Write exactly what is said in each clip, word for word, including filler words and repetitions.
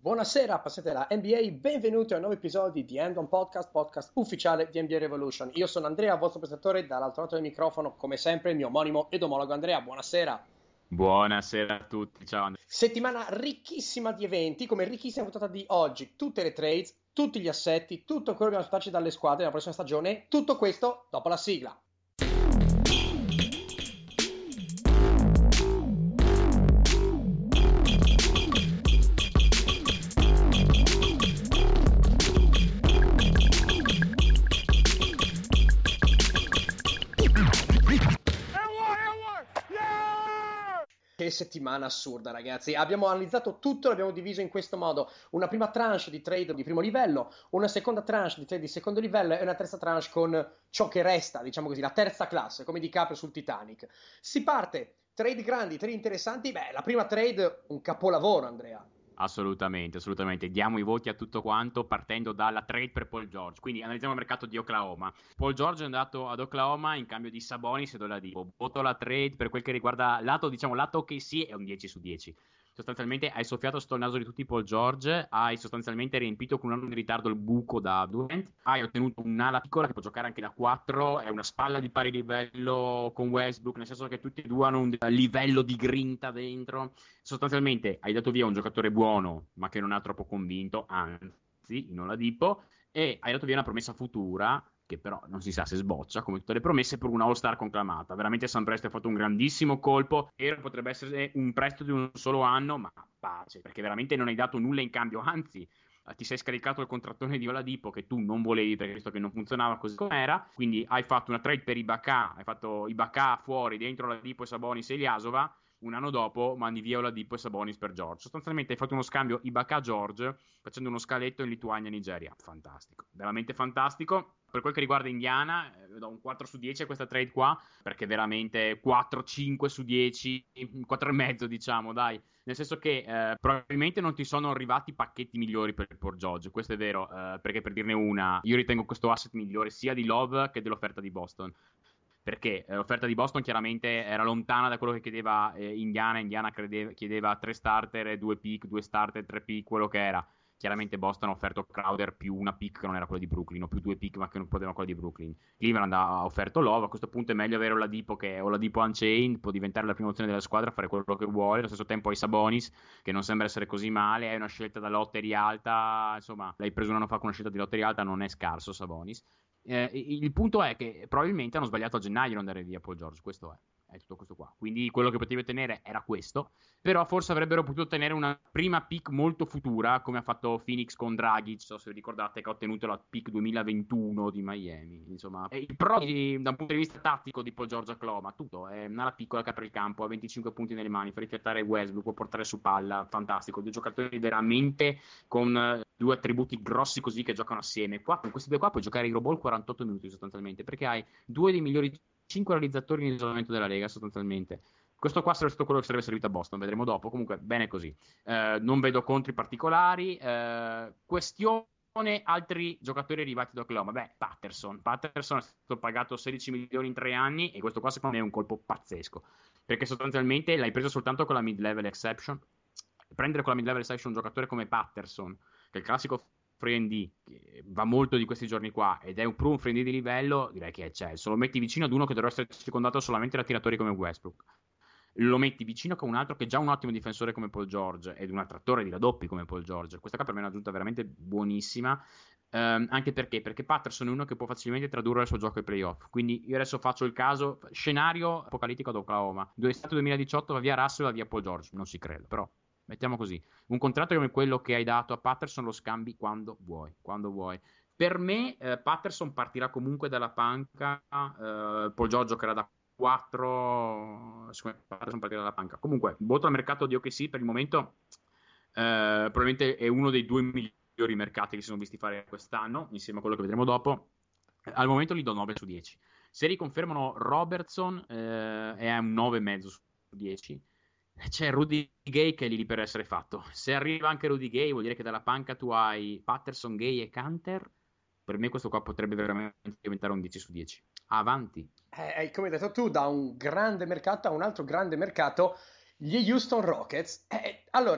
Buonasera, passate la N B A, benvenuti a un nuovo episodio di The End On Podcast, podcast ufficiale di N B A Revolution. Io sono Andrea, vostro presentatore, dall'altro lato del microfono, come sempre, il mio omonimo ed omologo Andrea. Buonasera. Buonasera a tutti, ciao Andrea. Settimana ricchissima di eventi, come ricchissima puntata di oggi, tutte le trades, tutti gli assetti, tutto quello che dobbiamo aspettarci dalle squadre nella prossima stagione, tutto questo dopo la sigla. Che settimana assurda, ragazzi. Abbiamo analizzato tutto, l'abbiamo diviso in questo modo: una prima tranche di trade di primo livello, una seconda tranche di trade di secondo livello e una terza tranche con ciò che resta, diciamo così, la terza classe, come DiCaprio sul Titanic. Si parte, trade grandi, trade interessanti. Beh, la prima trade, un capolavoro, Andrea. Assolutamente, assolutamente. Diamo i voti a tutto quanto partendo dalla trade per Paul George. Quindi analizziamo il mercato di Oklahoma. Paul George è andato ad Oklahoma in cambio di Sabonis e Oladipo. Voto la trade per quel che riguarda lato, diciamo, lato O K C è un dieci su dieci. Sostanzialmente hai soffiato sto il naso di tutti Paul George, hai sostanzialmente riempito con un anno di ritardo il buco da Durant, hai ottenuto un'ala piccola che può giocare anche da quattro, è una spalla di pari livello con Westbrook, nel senso che tutti e due hanno un livello di grinta dentro. Sostanzialmente hai dato via un giocatore buono ma che non ha troppo convinto, anzi in Oladipo, e hai dato via una promessa futura che però non si sa se sboccia, come tutte le promesse, per una All-Star conclamata. Veramente Sam Presti ha fatto un grandissimo colpo, e potrebbe essere un prestito di un solo anno, ma pace, perché veramente non hai dato nulla in cambio, anzi ti sei scaricato il contrattone di Oladipo che tu non volevi, perché visto che non funzionava così com'era, quindi hai fatto una trade per Ibaka, hai fatto Ibaka fuori, dentro Oladipo e Sabonis e Ilyasova. Un anno dopo mandi via Oladipo e Sabonis per George. Sostanzialmente hai fatto uno scambio Ibaka-George facendo uno scaletto in Lituania e Nigeria. Fantastico, veramente fantastico. Per quel che riguarda Indiana, eh, do un quattro su dieci a questa trade qua, perché veramente quattro cinque su dieci, quattro e mezzo diciamo, dai. Nel senso che eh, probabilmente non ti sono arrivati pacchetti migliori per Paul George, questo è vero, eh, perché per dirne una, io ritengo questo asset migliore sia di Love che dell'offerta di Boston. Perché eh, l'offerta di Boston chiaramente era lontana da quello che chiedeva eh, Indiana. Indiana credeva, chiedeva tre starter, due pick, due starter, tre pick, quello che era. Chiaramente Boston ha offerto Crowder più una pick che non era quella di Brooklyn, o più due pick ma che non poteva quella di Brooklyn. Cleveland ha offerto Love. A questo punto è meglio avere Oladipo, che Oladipo Unchained, può diventare la prima opzione della squadra, fare quello che vuole. Allo stesso tempo hai Sabonis, che non sembra essere così male, hai una scelta da lottery alta, insomma l'hai preso un anno fa con una scelta di lottery alta, non è scarso Sabonis. Eh, il punto è che probabilmente hanno sbagliato a gennaio a non dare via Paul George, questo è. È tutto questo qua. Quindi quello che potevi ottenere era questo. Però forse avrebbero potuto ottenere una prima pick molto futura, come ha fatto Phoenix con Dragic, so se vi ricordate, che ha ottenuto la pick duemilaventuno di Miami. Insomma, e il pro di, da un punto di vista tattico di Paul George a Oklahoma, tutto. È una piccola che apre il campo, ha venticinque punti nelle mani, fa riflettere Westbrook, può portare su palla, fantastico. Due giocatori veramente con due attributi grossi così che giocano assieme. Qua, con questi due qua puoi giocare Hero Ball quarantotto minuti sostanzialmente, perché hai due dei migliori cinque realizzatori in isolamento della Lega sostanzialmente. Questo qua sarebbe stato quello che sarebbe servito a Boston, vedremo dopo. Comunque bene così, eh, non vedo contri particolari. eh, questione altri giocatori arrivati da Oklahoma. Beh, Patterson Patterson è stato pagato sedici milioni in tre anni, e questo qua secondo me è un colpo pazzesco, perché sostanzialmente l'hai preso soltanto con la mid-level exception. Prendere con la mid-level exception un giocatore come Patterson, che è il classico free and D, che va molto di questi giorni qua, ed è un puro free and D di livello, direi che c'è. Se lo metti vicino ad uno che dovrebbe essere circondato solamente da tiratori come Westbrook, lo metti vicino con un altro che è già un ottimo difensore come Paul George ed un attrattore di raddoppi come Paul George, questa qua per me è un'aggiunta veramente buonissima. Um, anche perché perché Patterson è uno che può facilmente tradurre il suo gioco ai playoff. Quindi io adesso faccio il caso scenario apocalittico ad Oklahoma, estate duemiladiciotto, va via Russell, va via Paul George, non si crede, però mettiamo così, un contratto come quello che hai dato a Patterson lo scambi quando vuoi, quando vuoi. Per me eh, Patterson partirà comunque dalla panca, eh, Paul George giocherà da quattro, secondo me Patterson partirà dalla panca. Comunque, voto al mercato di O K C per il momento, eh, probabilmente è uno dei due migliori mercati che si sono visti fare quest'anno, insieme a quello che vedremo dopo. Al momento gli do nove su dieci. Se riconfermano Robertson eh, è un nove e mezzo su dieci. C'è Rudy Gay che è lì per essere fatto. Se arriva anche Rudy Gay vuol dire che dalla panca tu hai Patterson, Gay e Canter. Per me questo qua potrebbe veramente diventare un dieci su dieci. Avanti. Eh, come hai detto tu, da un grande mercato a un altro grande mercato, gli Houston Rockets. Eh, allora,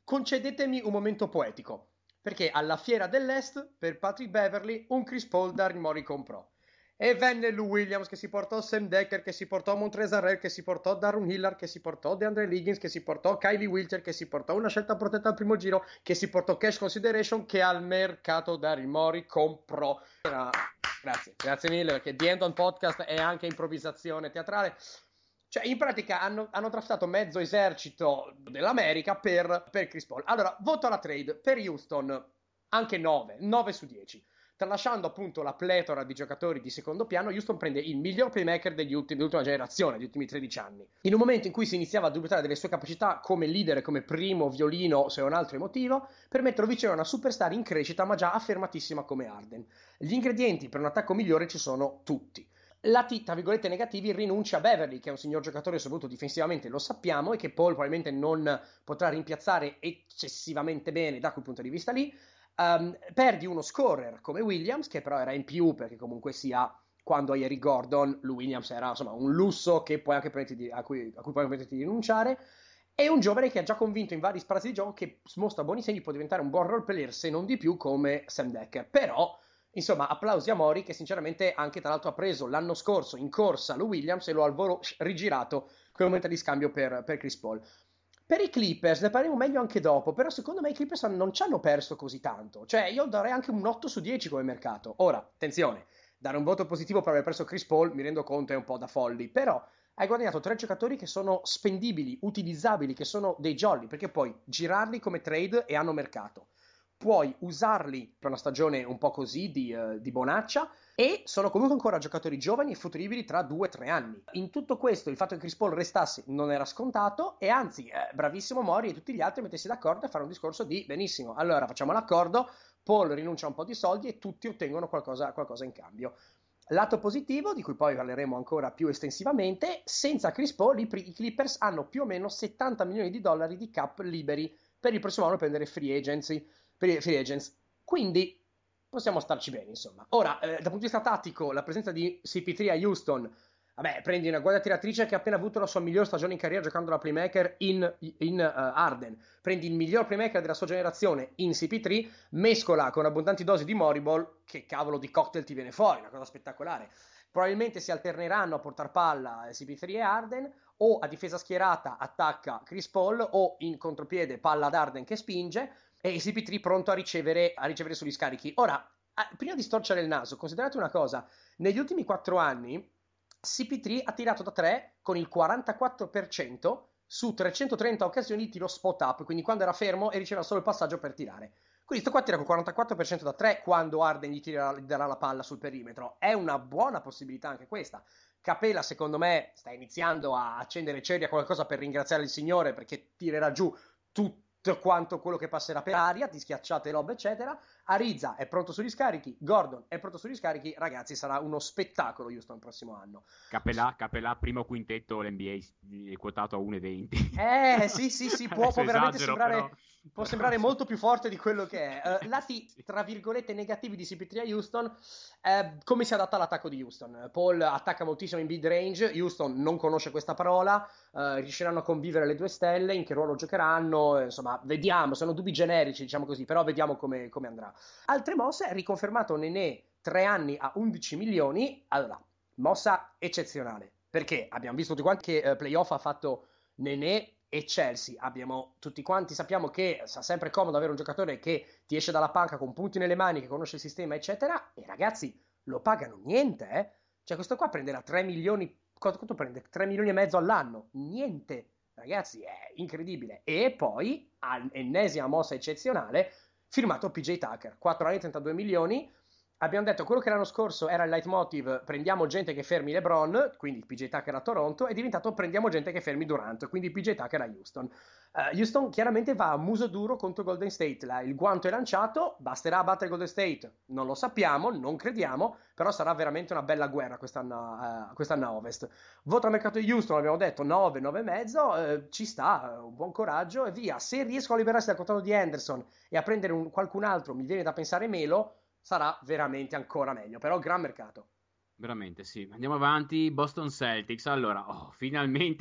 concedetemi un momento poetico, perché alla fiera dell'Est, per Patrick Beverley, un Chris Paul Daryl Morey comprò. E venne Lou Williams che si portò Sam Dekker, che si portò Montrezl Harrell, che si portò Darren Hillar, che si portò DeAndre Liggins, che si portò Kylie Wilcher, che si portò una scelta protetta al primo giro, che si portò cash consideration, che al mercato Daryl Morey comprò. Era... Grazie, grazie mille, perché The End On Podcast è anche improvvisazione teatrale. Cioè, in pratica hanno, hanno draftato mezzo esercito dell'America per, per Chris Paul. Allora, voto alla trade per Houston, anche nove, nove su dieci. Tralasciando appunto la pletora di giocatori di secondo piano, Houston prende il miglior playmaker degli ultimi, dell'ultima generazione, degli ultimi tredici anni. In un momento in cui si iniziava a dubitare delle sue capacità come leader, come primo violino, se un altro motivo, per metterlo vicino a una superstar in crescita, ma già affermatissima come Harden. Gli ingredienti per un attacco migliore ci sono tutti. Lati, tra virgolette, negativi, rinuncia a Beverley, che è un signor giocatore, soprattutto difensivamente, lo sappiamo, e che Paul probabilmente non potrà rimpiazzare eccessivamente bene da quel punto di vista lì. Um, perdi uno scorer come Williams, che però era in più, perché comunque sia, quando hai Eric Gordon, Lou Williams era insomma un lusso che puoi anche di, a, cui, a cui puoi permetterti di rinunciare, e un giovane che ha già convinto in vari spazi di gioco, che mostra buoni segni, può diventare un buon role player, se non di più, come Sam Dekker. Però, insomma, applausi a Morey, che sinceramente anche tra l'altro ha preso l'anno scorso in corsa Lou Williams e lo ha al volo rigirato come moneta di scambio per, per Chris Paul. Per i Clippers ne parleremo meglio anche dopo, però secondo me i Clippers non ci hanno perso così tanto. Cioè, io darei anche un otto su dieci come mercato. Ora, attenzione, dare un voto positivo per aver preso Chris Paul, mi rendo conto, è un po' da folli, però hai guadagnato tre giocatori che sono spendibili, utilizzabili, che sono dei jolly, perché puoi girarli come trade e hanno mercato. Puoi usarli per una stagione un po' così di, uh, di bonaccia, e sono comunque ancora giocatori giovani e futuribili tra due tre anni. In tutto questo il fatto che Chris Paul restasse non era scontato, e anzi eh, bravissimo Morey e tutti gli altri mettersi d'accordo e fare un discorso di benissimo, allora facciamo l'accordo, Paul rinuncia a un po' di soldi e tutti ottengono qualcosa, qualcosa in cambio. Lato positivo, di cui poi parleremo ancora più estensivamente, senza Chris Paul i, i Clippers hanno più o meno settanta milioni di dollari di cap liberi per il prossimo anno per prendere free agency, per i free agents, quindi possiamo starci bene, insomma. Ora, eh, dal punto di vista tattico, la presenza di C P tre a Houston, vabbè, prendi una guardia tiratrice che ha appena avuto la sua miglior stagione in carriera giocando da playmaker in, in uh, Harden, prendi il miglior playmaker della sua generazione in C P tre, mescola con abbondanti dosi di Moriball, che cavolo di cocktail ti viene fuori, una cosa spettacolare. Probabilmente si alterneranno a portar palla C P tre e Harden, o a difesa schierata attacca Chris Paul, o in contropiede palla ad Harden che spinge, e C P tre pronto a ricevere, a ricevere sugli scarichi. Ora, prima di storcere il naso, considerate una cosa, negli ultimi quattro anni C P tre ha tirato da tre con il quarantaquattro per cento su trecentotrenta occasioni di tiro spot up, quindi quando era fermo e riceveva solo il passaggio per tirare. Quindi sto qua tira con quarantaquattro per cento da tre quando Harden gli, tira, gli darà la palla sul perimetro. È una buona possibilità anche questa. Capela, secondo me, sta iniziando a accendere ceri a qualcosa per ringraziare il Signore, perché tirerà giù tutto quanto quello che passerà per aria, di schiacciate lob eccetera. Ariza è pronto sugli scarichi, Gordon è pronto sugli scarichi, ragazzi, sarà uno spettacolo Houston il prossimo anno. Capelà, Capelà primo quintetto l'N B A è quotato a uno e venti. Eh sì sì sì, può, può veramente esagero, sembrare, però... può sembrare molto più forte di quello che è. Uh, lati tra virgolette negativi di C P tre a Houston, uh, come si adatta all'attacco di Houston. Paul attacca moltissimo in mid range, Houston non conosce questa parola, uh, riusciranno a convivere le due stelle, in che ruolo giocheranno, insomma vediamo, sono dubbi generici diciamo così, però vediamo come, come andrà. Altre mosse, riconfermato Nenè tre anni a undici milioni. Allora, mossa eccezionale, perché abbiamo visto tutti quanti che eh, playoff ha fatto Nenè e Chelsea. Abbiamo tutti quanti sappiamo che sa sempre comodo avere un giocatore che ti esce dalla panca con punti nelle mani, che conosce il sistema eccetera, e ragazzi lo pagano niente, eh? Cioè questo qua prenderà tre milioni, quanto, quanto prende? tre milioni e mezzo all'anno, niente, ragazzi, è incredibile. E poi, ennesima mossa eccezionale, firmato P J Tucker, quattro anni, trentadue milioni. Abbiamo detto quello che l'anno scorso era il leitmotiv, prendiamo gente che fermi LeBron, quindi P J Tucker a Toronto, è diventato prendiamo gente che fermi Durant, quindi P J Tucker a Houston. Uh, Houston chiaramente va a muso duro contro Golden State, la, il guanto è lanciato, basterà battere Golden State, non lo sappiamo, non crediamo, però sarà veramente una bella guerra quest'anno, uh, quest'anno a Ovest. Voto al mercato di Houston, abbiamo detto nove, nove e mezzo, uh, ci sta, uh, un buon coraggio e via. Se riesco a liberarsi dal contratto di Henderson e a prendere un, qualcun altro, mi viene da pensare Melo, sarà veramente ancora meglio, però gran mercato. Veramente sì. Andiamo avanti, Boston Celtics. Allora, oh, finalmente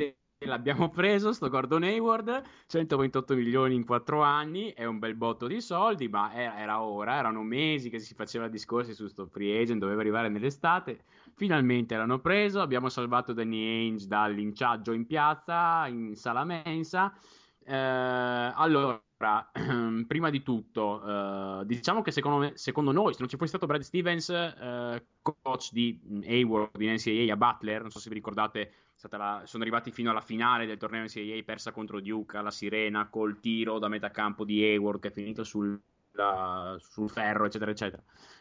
l'abbiamo preso sto Gordon Hayward, centoventotto milioni in quattro anni, è un bel botto di soldi, ma era, era ora, erano mesi che si faceva discorsi su sto free agent, doveva arrivare nell'estate, finalmente l'hanno preso, abbiamo salvato Danny Ainge dal linciaggio in piazza, in sala mensa. Eh, allora, prima di tutto, eh, diciamo che secondo, me, secondo noi, se non ci fosse stato Brad Stevens, eh, coach di Hayward in N C A A a Butler, non so se vi ricordate, è stata la, sono arrivati fino alla finale del torneo N C A A persa contro Duke alla sirena col tiro da metà campo di Hayward che è finito sul, la, sul ferro, eccetera, eccetera.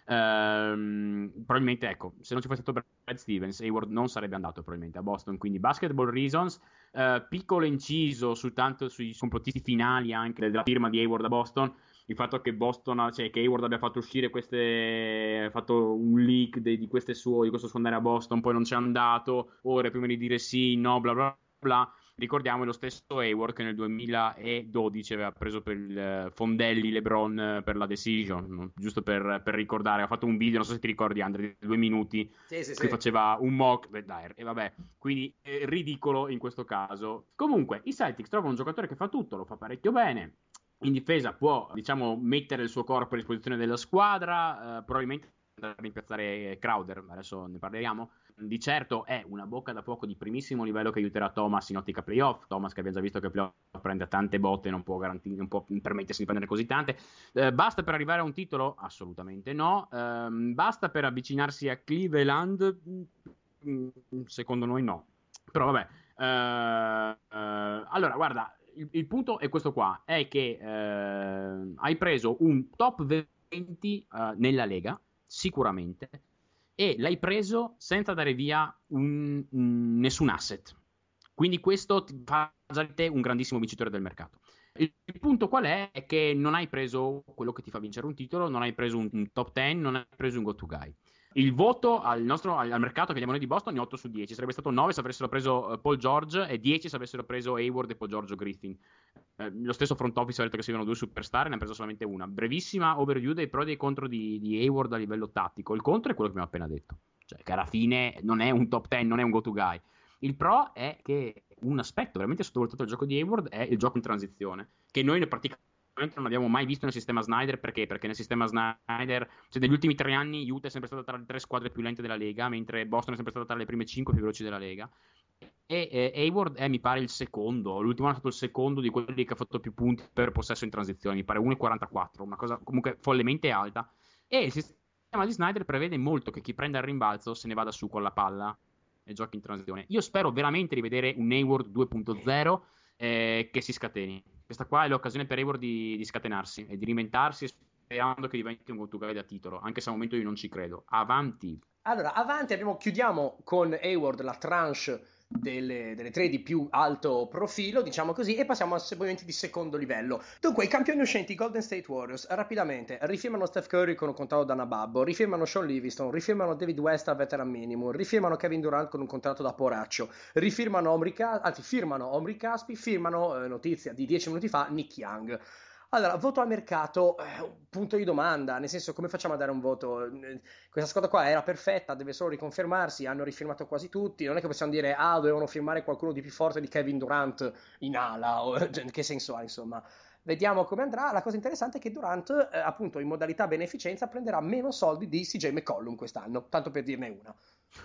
Ehm, probabilmente, ecco, se non ci fosse stato Brad Stevens, Hayward non sarebbe andato probabilmente a Boston. Quindi, basketball reasons. Uh, piccolo inciso soltanto sui complottisti finali anche della firma di Hayward a Boston, il fatto che Boston, cioè che Hayward abbia fatto uscire queste, fatto un leak de, di, queste suo, di questo suo andare a Boston, poi non c'è andato, ora prima di dire sì, no, bla bla bla. Ricordiamo lo stesso Hayward che nel duemiladodici aveva preso per il fondelli LeBron per la decision, giusto per, per ricordare, ha fatto un video, non so se ti ricordi Andre, di due minuti, sì, sì, che sì. faceva un mock, beh, dai, e vabbè, quindi è ridicolo in questo caso. Comunque, i Celtics trovano un giocatore che fa tutto, lo fa parecchio bene, in difesa può, diciamo, mettere il suo corpo a disposizione della squadra, eh, probabilmente andare a rimpiazzare Crowder, adesso ne parliamo. Di certo è una bocca da fuoco di primissimo livello che aiuterà Thomas in ottica playoff. Thomas che abbiamo già visto che playoff prende tante botte, non può, garantir- non può permettersi di prendere così tante. Eh, basta per arrivare a un titolo? Assolutamente no. Eh, basta per avvicinarsi a Cleveland? Mm, secondo noi no. Però vabbè. Eh, eh, allora, guarda, il, il punto è questo qua, è che eh, hai preso un top venti eh, nella Lega, sicuramente, e l'hai preso senza dare via un, un, nessun asset. Quindi questo ti fa già di te un grandissimo vincitore del mercato. Il, il punto qual è? È che non hai preso quello che ti fa vincere un titolo, non hai preso un, un top dieci, non hai preso un go-to guy. Il voto al, nostro, al, al mercato che diamo noi di Boston è otto su dieci, sarebbe stato nove se avessero preso uh, Paul George e dieci se avessero preso Hayward e Paul George o Griffin. Eh, lo stesso front office ha detto che servivano due superstar e ne ha preso solamente una. Brevissima overview dei pro e dei contro di, di Hayward a livello tattico. Il contro è quello che abbiamo appena detto, cioè che alla fine non è un top dieci, non è un go-to guy. Il pro è che un aspetto veramente sottovalutato del gioco di Hayward è il gioco in transizione, che noi praticamente non abbiamo mai visto nel sistema Snyder. Perché? Perché nel sistema Snyder, cioè negli ultimi tre anni Utah è sempre stata tra le tre squadre più lente della Lega, mentre Boston è sempre stata tra le prime cinque più veloci della Lega. E eh, Hayward è, mi pare, il secondo. L'ultimo anno è stato il secondo di quelli che ha fatto più punti per possesso in transizione, mi pare uno virgola quarantaquattro, una cosa comunque follemente alta. E il sistema di Snyder prevede molto che chi prenda il rimbalzo se ne vada su con la palla e giochi in transizione. Io spero veramente di vedere un Hayward due punto zero eh, che si scateni. Questa qua è l'occasione per Hayward di, di scatenarsi e di reinventarsi, sperando che diventi un go-to guy da titolo, anche se al momento io non ci credo. Avanti. Allora, avanti, abbiamo, chiudiamo con Hayward la tranche delle, delle tre di più alto profilo, diciamo così, e passiamo a movimenti di secondo livello. Dunque, i campioni uscenti Golden State Warriors, rapidamente, rifirmano Steph Curry con un contratto da Nababbo, rifirmano Sean Livingston, rifirmano David West a veteran minimum, rifirmano Kevin Durant con un contratto da poraccio, rifirmano Omri Caspi, anzi firmano Omri Caspi, firmano, eh, notizia di dieci minuti fa, Nick Young. Allora, voto a mercato, eh, punto di domanda, nel senso, come facciamo a dare un voto? Questa squadra qua era perfetta, deve solo riconfermarsi, hanno rifirmato quasi tutti, non è che possiamo dire, ah, dovevano firmare qualcuno di più forte di Kevin Durant in ala, o che senso ha, insomma. Vediamo come andrà. La cosa interessante è che Durant, eh, appunto, in modalità beneficenza, prenderà meno soldi di C J McCollum quest'anno, tanto per dirne una.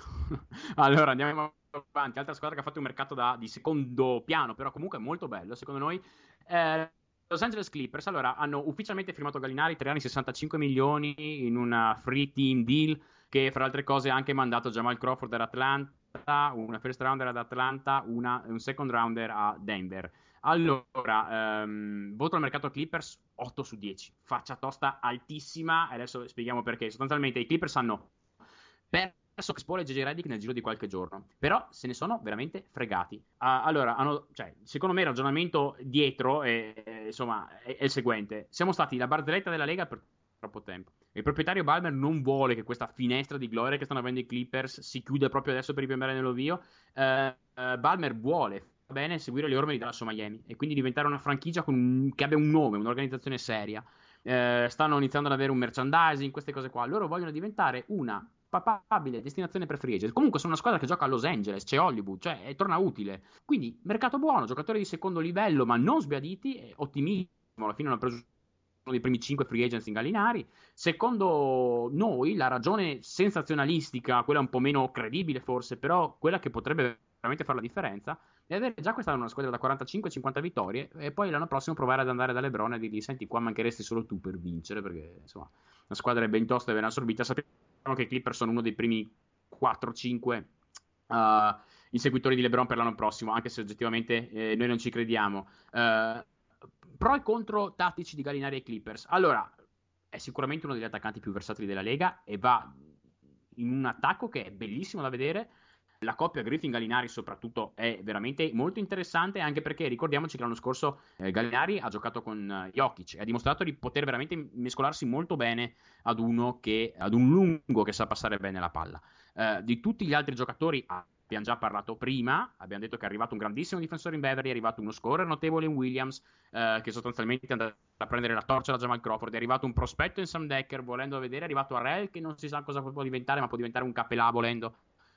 Allora, andiamo avanti. Altra squadra che ha fatto un mercato da, di secondo piano, però comunque molto bello, secondo noi. Eh, Los Angeles Clippers, allora, hanno ufficialmente firmato Gallinari, tre anni sessantacinque milioni in una free team deal, che fra altre cose ha anche mandato Jamal Crawford ad Atlanta, una first rounder ad Atlanta, una, un second rounder a Denver. Allora, ehm, voto al mercato Clippers otto su dieci, faccia tosta altissima, adesso spieghiamo perché. Sostanzialmente i Clippers hanno perso Chris Paul e J J Redick nel giro di qualche giorno, però se ne sono veramente fregati. Uh, allora, hanno, cioè, secondo me il ragionamento dietro è, è, insomma, è, è il seguente: siamo stati la barzelletta della Lega per troppo tempo. Il proprietario Balmer non vuole che questa finestra di gloria che stanno avendo i Clippers si chiuda proprio adesso per ripiomare nell'ovio. Uh, uh, Balmer vuole bene seguire le orme di Dallas o Miami e quindi diventare una franchigia con un, che abbia un nome, un'organizzazione seria. Uh, stanno iniziando ad avere un merchandising, queste cose qua. Loro vogliono diventare una papabile, destinazione per free agent. Comunque sono una squadra che gioca a Los Angeles, c'è Hollywood, cioè è, torna utile. Quindi mercato buono, giocatori di secondo livello, ma non sbiaditi, ottimismo. Alla fine hanno preso uno dei primi cinque free agents in Gallinari. Secondo noi la ragione sensazionalistica, quella un po' meno credibile forse, però quella che potrebbe veramente fare la differenza, è avere già quest'anno una squadra da quarantacinque cinquanta vittorie e poi l'anno prossimo provare ad andare da LeBron e dirgli: senti, qua mancheresti solo tu per vincere, perché insomma la squadra è ben tosta e ben assorbita. Sappiamo che i Clippers sono uno dei primi quattro cinque uh, inseguitori di LeBron per l'anno prossimo, anche se oggettivamente eh, noi non ci crediamo. Uh, pro e contro tattici di Gallinari ai Clippers. Allora, è sicuramente uno degli attaccanti più versatili della Lega e va in un attacco che è bellissimo da vedere. La coppia Griffin-Gallinari soprattutto è veramente molto interessante, anche perché ricordiamoci che l'anno scorso eh, Gallinari ha giocato con uh, Jokic e ha dimostrato di poter veramente mescolarsi molto bene ad uno che ad un lungo che sa passare bene la palla. Uh, di tutti gli altri giocatori abbiamo già parlato prima, abbiamo detto che è arrivato un grandissimo difensore in Beverly, è arrivato uno scorer notevole in Williams, uh, che sostanzialmente è andato a prendere la torcia da Jamal Crawford, è arrivato un prospetto in Sam Dekker, volendo vedere, è arrivato Harrell che non si sa cosa può diventare, ma può diventare un capelà volendo.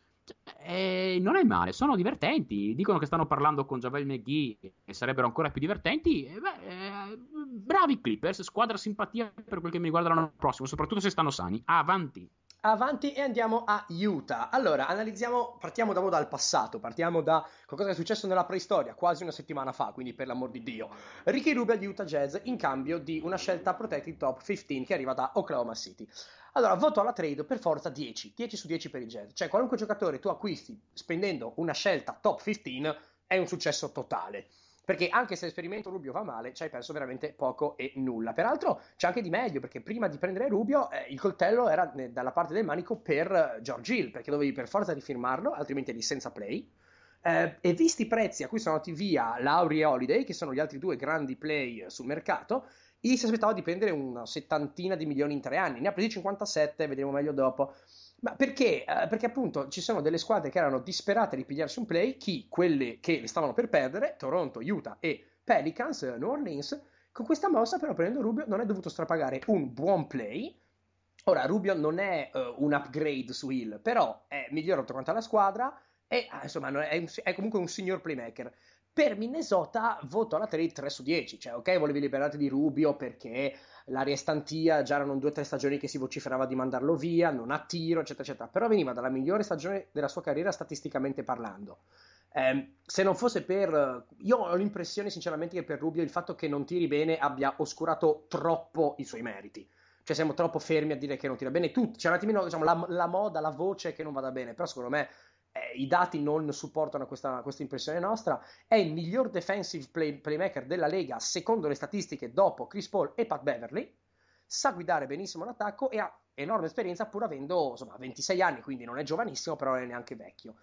Eh, non è male, sono divertenti. Dicono che stanno parlando con Javel McGee e sarebbero ancora più divertenti. Eh, beh, eh, bravi Clippers, squadra simpatia per quel che mi riguarda l'anno prossimo, soprattutto se stanno sani. Avanti. Avanti e andiamo a Utah. Allora, analizziamo, partiamo da, dal passato, partiamo da qualcosa che è successo nella preistoria, quasi una settimana fa, quindi per l'amor di Dio. Ricky Rubio agli Utah Jazz in cambio di una scelta protected top quindici che arriva da Oklahoma City. Allora, voto alla trade per forza dieci, dieci su dieci per i Jazz. Cioè, qualunque giocatore tu acquisti spendendo una scelta top quindici è un successo totale. Perché anche se l'esperimento Rubio va male, ci hai perso veramente poco e nulla. Peraltro c'è anche di meglio, perché prima di prendere Rubio eh, il coltello era eh, dalla parte del manico per eh, George Hill, perché dovevi per forza rifirmarlo, altrimenti eri senza play. Eh, e visti i prezzi a cui sono andati via Lowry e Holiday, che sono gli altri due grandi play sul mercato, gli si aspettava di prendere una settantina di milioni in tre anni. Ne ha presi cinquantasette, vedremo meglio dopo. Ma perché? Eh, perché appunto ci sono delle squadre che erano disperate di pigliarsi un play, chi? Quelle che le stavano per perdere, Toronto, Utah e Pelicans, New Orleans. Con questa mossa però prendendo Rubio non è dovuto strapagare un buon play. Ora Rubio non è uh, un upgrade su Hill, però è migliorato quanto alla squadra e ah, insomma è, un, è comunque un signor playmaker. Per Minnesota voto alla trade tre su dieci, cioè ok, volevi liberarti di Rubio perché l'aria è stantia, già erano due o tre stagioni che si vociferava di mandarlo via, non ha tiro, eccetera, eccetera, però veniva dalla migliore stagione della sua carriera statisticamente parlando. Eh, se non fosse per... Io ho l'impressione sinceramente che per Rubio il fatto che non tiri bene abbia oscurato troppo i suoi meriti. Cioè siamo troppo fermi a dire che non tira bene. Tutti, c'è un attimino diciamo, la, la moda, la voce che non vada bene, però secondo me eh, i dati non supportano questa, questa impressione nostra. È il miglior defensive play, playmaker della Lega secondo le statistiche dopo Chris Paul e Pat Beverly, sa guidare benissimo l'attacco e ha enorme esperienza pur avendo insomma ventisei anni, quindi non è giovanissimo però non è neanche vecchio.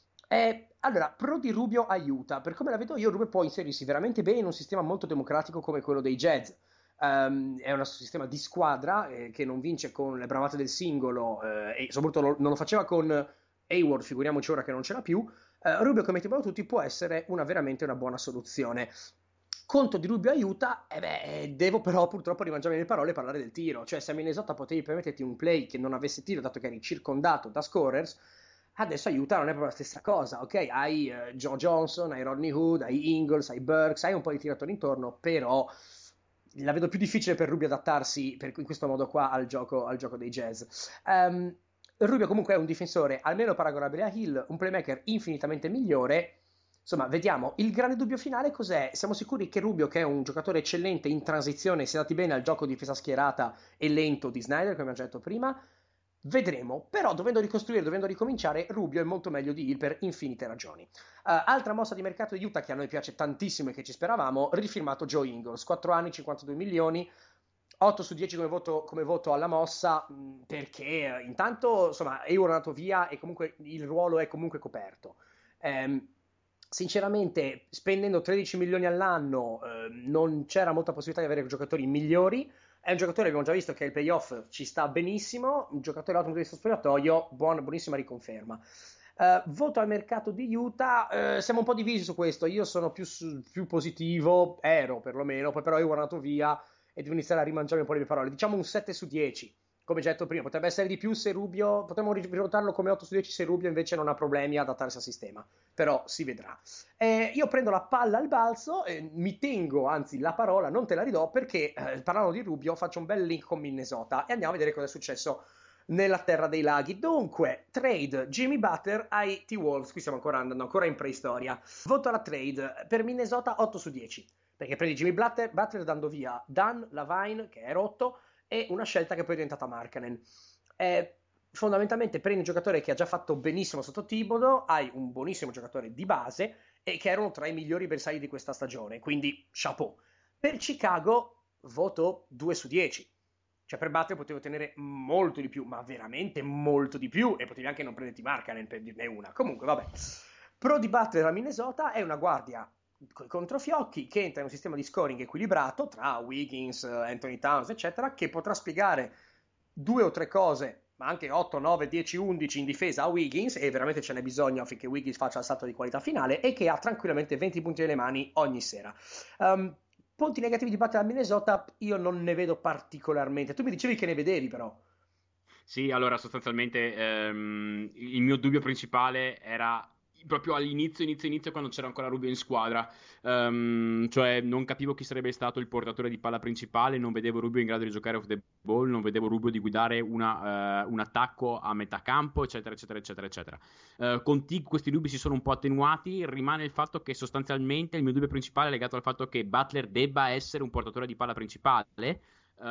Eh, allora, pro di Rubio aiuta, per come la vedo io Rubio può inserirsi veramente bene in un sistema molto democratico come quello dei Jazz. Um, è un sistema di squadra eh, che non vince con le bravate del singolo eh, e soprattutto lo, non lo faceva con Hayward, figuriamoci ora che non ce l'ha più. Uh, Rubio, come mettiamo tutti, può essere una, veramente una buona soluzione. Conto di Rubio aiuta, e eh beh, devo però purtroppo rimangiare le parole e parlare del tiro. Cioè, se a Minnesota potevi permetterti un play che non avesse tiro, dato che eri circondato da scorers, adesso aiuta non è proprio la stessa cosa, ok? Hai uh, Joe Johnson, hai Rodney Hood, hai Ingles, hai Burks, hai un po' di tiratori intorno, però la vedo più difficile per Rubio adattarsi per, in questo modo qua al gioco, al gioco dei Jazz. Um, Rubio comunque è un difensore almeno paragonabile a Hill, un playmaker infinitamente migliore. Insomma, vediamo. Il grande dubbio finale cos'è? Siamo sicuri che Rubio, che è un giocatore eccellente in transizione, si adatti bene al gioco di difesa schierata e lento di Snyder, come abbiamo già detto prima? Vedremo, però dovendo ricostruire, dovendo ricominciare, Rubio è molto meglio di Hill per infinite ragioni. Uh, altra mossa di mercato di Utah che a noi piace tantissimo e che ci speravamo, rifirmato Joe Ingles, quattro anni, cinquantadue milioni, otto su dieci come voto, come voto alla mossa, mh, perché uh, intanto, insomma, Hayward è andato via e comunque il ruolo è comunque coperto. Um, sinceramente, spendendo tredici milioni all'anno, uh, non c'era molta possibilità di avere giocatori migliori. È un giocatore, abbiamo già visto che il playoff ci sta benissimo, un giocatore dal punto di vista spogliatoio, buona, buonissima riconferma. Uh, voto al mercato di Utah, uh, siamo un po' divisi su questo, io sono più, più positivo, ero perlomeno, poi però io ho guardato via e devo iniziare a rimangiare un po' le mie parole, diciamo un sette su dieci, come già detto prima, potrebbe essere di più se Rubio, potremmo rivalutarlo come otto su dieci se Rubio invece non ha problemi ad adattarsi al sistema, però si vedrà. Eh, io prendo la palla al balzo, eh, mi tengo, anzi la parola non te la ridò perché eh, parlando di Rubio faccio un bel link con Minnesota e andiamo a vedere cosa è successo nella terra dei laghi. Dunque, trade Jimmy Butler ai T-Wolves, qui stiamo ancora andando ancora in preistoria. Voto alla trade per Minnesota otto su dieci, perché prendi Jimmy Butler, Butler dando via Dan Lavine che è rotto e una scelta che poi è diventata Markkanen. Eh, fondamentalmente prendi un giocatore che ha già fatto benissimo sotto Thibodeau, hai un buonissimo giocatore di base e che erano tra i migliori bersagli di questa stagione, quindi chapeau. Per Chicago voto due su dieci. Cioè per Butler potevo ottenere molto di più, ma veramente molto di più, e potevi anche non prenderti Markkanen per dirne una. Comunque vabbè. Pro di Butler a Minnesota è una guardia con i controfiocchi che entra in un sistema di scoring equilibrato tra Wiggins, Anthony Towns eccetera, che potrà spiegare due o tre cose, ma anche otto, nove, dieci, undici in difesa a Wiggins, e veramente ce n'è bisogno affinché Wiggins faccia il salto di qualità finale, e che ha tranquillamente venti punti nelle mani ogni sera. Um, punti negativi di Butler a Minnesota io non ne vedo particolarmente. Tu mi dicevi che ne vedevi però. Sì, allora sostanzialmente ehm, il mio dubbio principale era proprio all'inizio, inizio, inizio, quando c'era ancora Rubio in squadra, um, cioè non capivo chi sarebbe stato il portatore di palla principale, non vedevo Rubio in grado di giocare off the ball, non vedevo Rubio di guidare una, uh, un attacco a metà campo, eccetera, eccetera, eccetera, eccetera. Uh, con Tig questi dubbi si sono un po' attenuati, rimane il fatto che sostanzialmente il mio dubbio principale è legato al fatto che Butler debba essere un portatore di palla principale.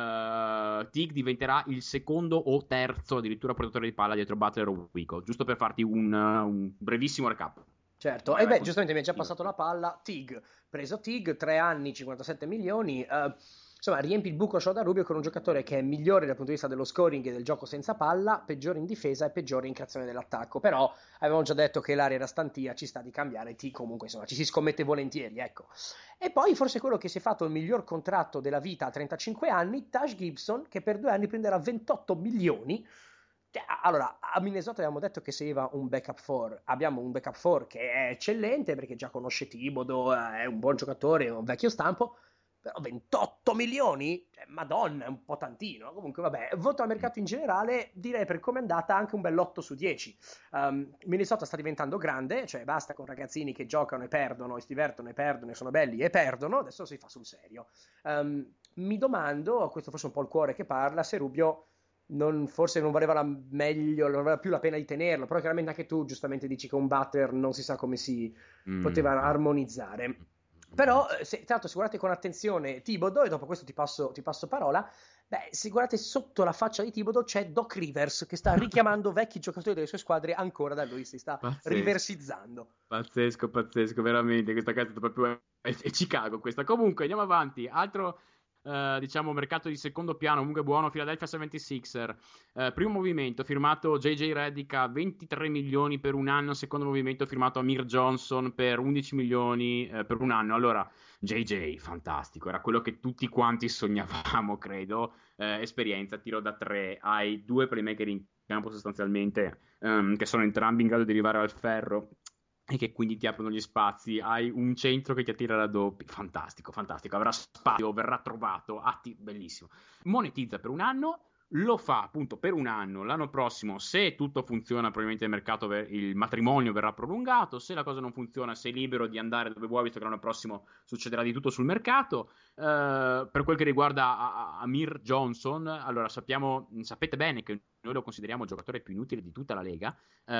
Uh, Tig diventerà il secondo o terzo addirittura portatore di palla dietro Butler o Wico, giusto per farti un, uh, un brevissimo recap. Certo, e eh beh, giustamente mi è già passato la palla. Tig, preso Tig, tre anni, cinquantasette milioni, uh, insomma riempi il buco da Rubio con un giocatore che è migliore dal punto di vista dello scoring e del gioco senza palla, peggiore in difesa e peggiore in creazione dell'attacco. Però avevamo già detto che l'area era stantia, ci sta di cambiare. Tig comunque insomma ci si scommette volentieri, ecco. E poi forse quello che si è fatto il miglior contratto della vita a trentacinque anni, Taj Gibson, che per due anni prenderà ventotto milioni. Allora, a Minnesota abbiamo detto che serviva un backup four, abbiamo un backup four che è eccellente perché già conosce Thibodeau, è un buon giocatore, è un vecchio stampo, però ventotto milioni? Cioè, madonna, è un po' tantino. Comunque vabbè, voto al mercato in generale, direi per come è andata anche un bell'otto su dieci. um, Minnesota sta diventando grande, cioè basta con ragazzini che giocano e perdono, e si divertono e perdono e sono belli e perdono, adesso si fa sul serio. um, mi domando, questo forse è un po' il cuore che parla, se Rubio Non, forse non valeva la meglio, non valeva più la pena di tenerlo, però chiaramente anche tu giustamente dici che un Butler non si sa come si mm. poteva armonizzare. Però se, tra l'altro se guardate con attenzione Thibodeau, e dopo questo ti passo, ti passo parola, beh, se guardate sotto la faccia di Thibodeau c'è Doc Rivers che sta richiamando vecchi giocatori delle sue squadre ancora da lui, si sta pazzesco. riversizzando. Pazzesco, pazzesco, veramente, questa casa è proprio è, è Chicago questa. Comunque andiamo avanti, altro Uh, diciamo mercato di secondo piano comunque buono, Philadelphia seventy-sixers, uh, primo movimento firmato J J Redick a ventitré milioni per un anno, secondo movimento firmato Amir Johnson per undici milioni uh, per un anno. Allora J J fantastico, era quello che tutti quanti sognavamo, credo. Uh, esperienza, tiro da tre, hai due playmaker in campo sostanzialmente um, che sono entrambi in grado di arrivare al ferro e che quindi ti aprono gli spazi, hai un centro che ti attira la doppia, fantastico, fantastico, avrà spazio, verrà trovato, atti, bellissimo. Monetizza per un anno, lo fa appunto per un anno, l'anno prossimo se tutto funziona probabilmente il mercato, il matrimonio verrà prolungato, se la cosa non funziona sei libero di andare dove vuoi, visto che l'anno prossimo succederà di tutto sul mercato. Uh, per quel che riguarda Amir Johnson, allora sappiamo, sapete bene che noi lo consideriamo il giocatore più inutile di tutta la Lega,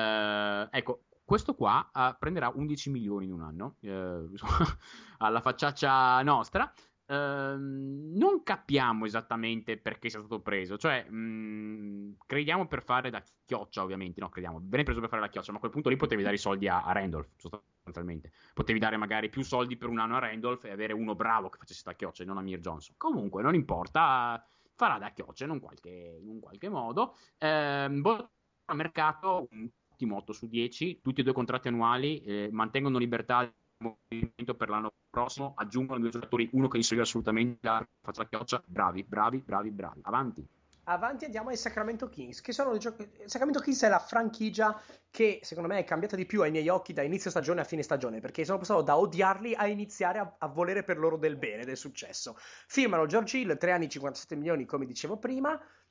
uh, ecco, questo qua uh, prenderà undici milioni in un anno, uh, alla facciaccia nostra. Uh, non capiamo esattamente perché sia stato preso, cioè mh, crediamo per fare da chioccia, ovviamente, no, crediamo, viene preso per fare la chioccia, ma a quel punto lì potevi dare i soldi a, a Randolph, sostanzialmente, potevi dare magari più soldi per un anno a Randolph e avere uno bravo che facesse da chioccia e non a Amir Johnson. Comunque non importa, farà da chioccia in un qualche, in un qualche modo. Ehm, al mercato un ottimo otto su dieci, tutti e due contratti annuali, eh, mantengono libertà di movimento per l'anno prossimo, aggiungono due giocatori, uno che insegue assolutamente la faccia la chioccia, bravi, bravi, bravi, bravi, avanti. Avanti andiamo ai Sacramento Kings, che sono gio- Sacramento Kings è la franchigia che secondo me è cambiata di più ai miei occhi da inizio stagione a fine stagione, perché sono passato da odiarli a iniziare a, a volere per loro del bene, del successo. Firmano George Hill, tre anni cinquantasette milioni come dicevo prima,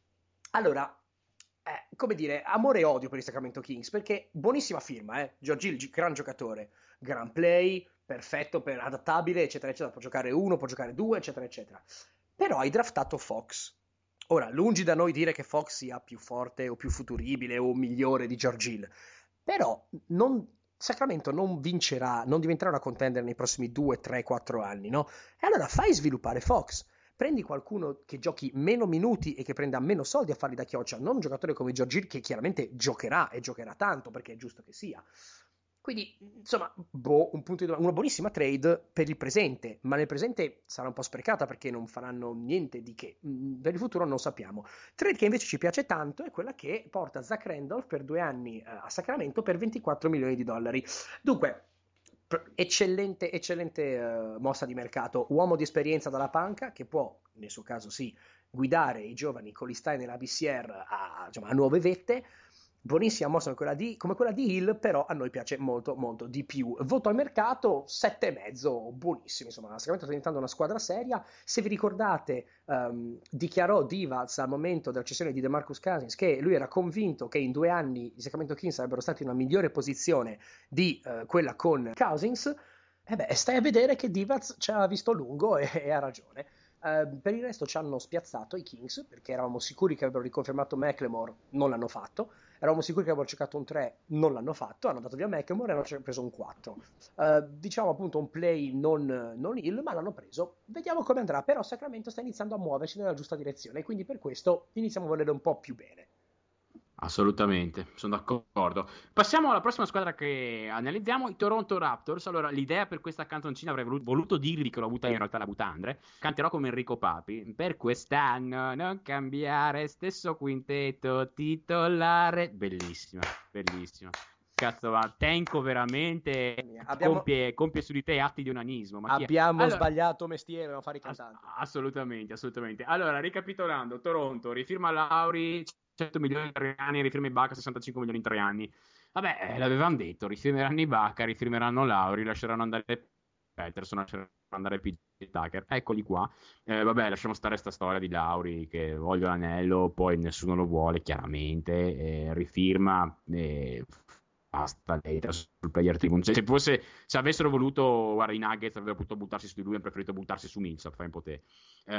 Allora, eh, come dire, amore e odio per i Sacramento Kings, perché buonissima firma, eh? George Hill, gi- gran giocatore, gran play, perfetto, per, adattabile, eccetera, eccetera, può giocare uno, può giocare due, eccetera, eccetera. Però hai draftato Fox. Ora, lungi da noi dire che Fox sia più forte o più futuribile o migliore di George Hill, però non, Sacramento non vincerà, non diventerà una contender nei prossimi due, tre, quattro anni, no? E allora fai sviluppare Fox. Prendi qualcuno che giochi meno minuti e che prenda meno soldi a farli da chioccia, non un giocatore come George Hill che chiaramente giocherà e giocherà tanto perché è giusto che sia. Quindi, insomma, boh, un punto di domanda, una buonissima trade per il presente, ma nel presente sarà un po' sprecata perché non faranno niente di che. Mm, Per il futuro non sappiamo. Trade che invece ci piace tanto è quella che porta Zach Randolph per due anni eh, a Sacramento per ventiquattro milioni di dollari. Dunque, pr- eccellente, eccellente eh, mossa di mercato. Uomo di esperienza dalla panca che può, nel suo caso sì, guidare i giovani Colistein e Labissière a, diciamo, a nuove vette. Buonissima mossa come quella, di, come quella di Hill, però a noi piace molto molto di più. Voto al mercato sette e mezzo, buonissimo, insomma, Sacramento sta diventando una squadra seria. Se vi ricordate, um, dichiarò Divac al momento della cessione di DeMarcus Cousins che lui era convinto che in due anni i Sacramento Kings sarebbero stati in una migliore posizione di uh, quella con Cousins. E beh, stai a vedere che Divac ci ha visto lungo e, e ha ragione. Uh, per il resto ci hanno spiazzato i Kings perché eravamo sicuri che avrebbero riconfermato McLemore, non l'hanno fatto. Eravamo sicuri che avrebbero cercato un tre, non l'hanno fatto. Hanno dato via McLemore e hanno preso un quattro. Uh, diciamo appunto un play non, non Hill, ma l'hanno preso. Vediamo come andrà. Però Sacramento sta iniziando a muoversi nella giusta direzione. Quindi per questo iniziamo a volere un po' più bene. Assolutamente, sono d'accordo. Passiamo alla prossima squadra che analizziamo, i Toronto Raptors. Allora, l'idea per questa canzoncina avrei voluto, voluto dirvi che l'ho avuta in realtà la butta Andre. Canterò come Enrico Papi. Per quest'anno non cambiare, stesso quintetto titolare. Bellissima, bellissima. Cazzo, va, Tenco veramente Abbiamo, compie, compie su di te atti di onanismo. Ma chi è? abbiamo Allora, sbagliato mestiere, non fare i Ass- cantanti. assolutamente, assolutamente. Allora, ricapitolando, Toronto rifirma Lauri cento milioni in tre anni, rifirma Ibaka sessantacinque milioni in tre anni. Vabbè, eh, l'avevamo detto, rifirmeranno Ibaka, rifirmeranno Lauri, lasceranno andare Peterson, lasceranno andare P J Tucker. Eccoli qua. Eh, vabbè, lasciamo stare sta storia di Lauri che voglio l'anello, poi nessuno lo vuole, chiaramente. Eh, rifirma e basta data sul player tribune. Cioè, se fosse, se avessero voluto, guarda, i Nuggets avrebbero potuto buttarsi su di lui, hanno preferito buttarsi su Millsap, fai un po' te.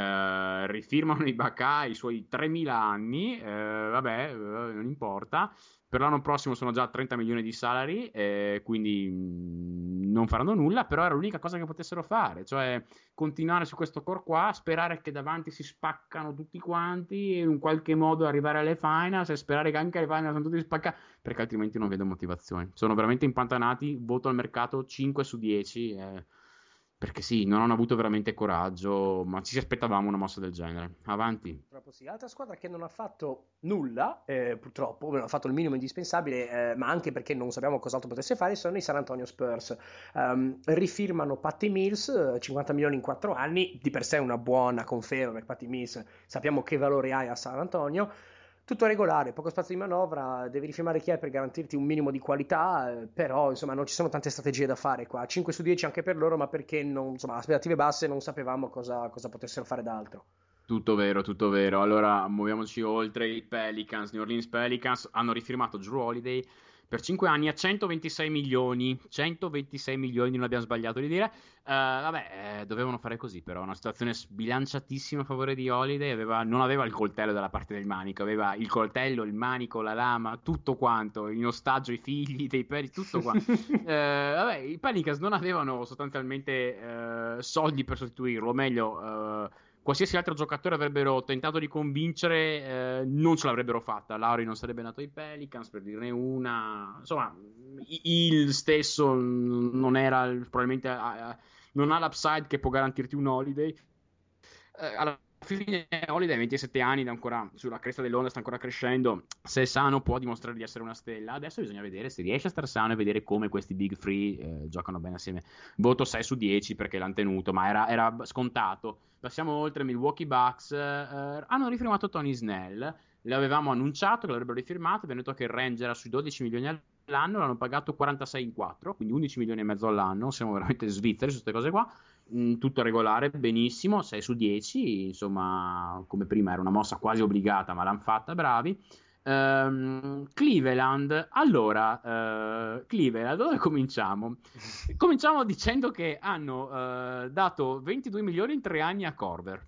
Eh, rifirmano i Ibaka i suoi tremila anni, eh, vabbè, eh, non importa. Per l'anno prossimo sono già trenta milioni di salary, eh, quindi mh, non faranno nulla, però era l'unica cosa che potessero fare, cioè continuare su questo core qua, sperare che davanti si spaccano tutti quanti e in qualche modo arrivare alle finals e sperare che anche alle finals sono tutti spaccati, perché altrimenti non vedo motivazioni. Sono veramente impantanati, voto al mercato cinque su dieci, eh, perché sì, non hanno avuto veramente coraggio, ma ci aspettavamo una mossa del genere. Avanti. Purtroppo sì. Altra squadra che non ha fatto nulla, eh, purtroppo, non ha fatto il minimo indispensabile, eh, ma anche perché non sappiamo cos'altro potesse fare, sono i San Antonio Spurs. Um, rifirmano Patty Mills, eh, cinquanta milioni in quattro anni, di per sé una buona conferma per Patty Mills, sappiamo che valore hai a San Antonio. Tutto regolare, poco spazio di manovra, devi rifirmare chi è per garantirti un minimo di qualità, eh, però insomma non ci sono tante strategie da fare qua. cinque su dieci anche per loro, ma perché non, insomma, aspettative basse non sapevamo cosa, cosa potessero fare d'altro. Tutto vero, tutto vero. Allora, muoviamoci oltre i Pelicans. New Orleans Pelicans hanno rifirmato Drew Holiday per cinque anni a centoventisei milioni. centoventisei milioni, non abbiamo sbagliato di dire. Eh, vabbè, eh, dovevano fare così, però. Una situazione sbilanciatissima a favore di Holiday. Aveva- non aveva il coltello dalla parte del manico, aveva il coltello, il manico, la lama, tutto quanto. In ostaggio i figli dei Pelicans, tutto qua. Eh, vabbè, i Pelicans non avevano sostanzialmente eh, soldi per sostituirlo, o meglio. eh, Qualsiasi altro giocatore avrebbero tentato di convincere, eh, non ce l'avrebbero fatta. Lauri non sarebbe nato ai Pelicans, per dirne una. Insomma, il stesso non era probabilmente eh, non ha l'upside che può garantirti un Holiday. Eh, alla fine Holiday ha ventisette anni, è ancora sulla cresta dell'onda, sta ancora crescendo. Se è sano può dimostrare di essere una stella. Adesso bisogna vedere se riesce a star sano e vedere come questi big three eh, giocano bene assieme. Voto sei su dieci perché l'hanno tenuto, ma era, era scontato. Passiamo oltre. Milwaukee Bucks eh, hanno rifirmato Tony Snell. L'avevamo annunciato che l'avrebbero rifirmato. Abbiamo detto che il range era sui dodici milioni all'anno. L'hanno pagato quarantasei in quattro, quindi undici milioni e mezzo all'anno. Siamo veramente svizzeri su queste cose qua. mh, tutto regolare, benissimo, sei su dieci, insomma, come prima era una mossa quasi obbligata, ma l'hanno fatta, bravi. Um, Cleveland, allora, uh, Cleveland, dove cominciamo? Cominciamo dicendo che hanno uh, dato ventidue milioni in tre anni a Korver.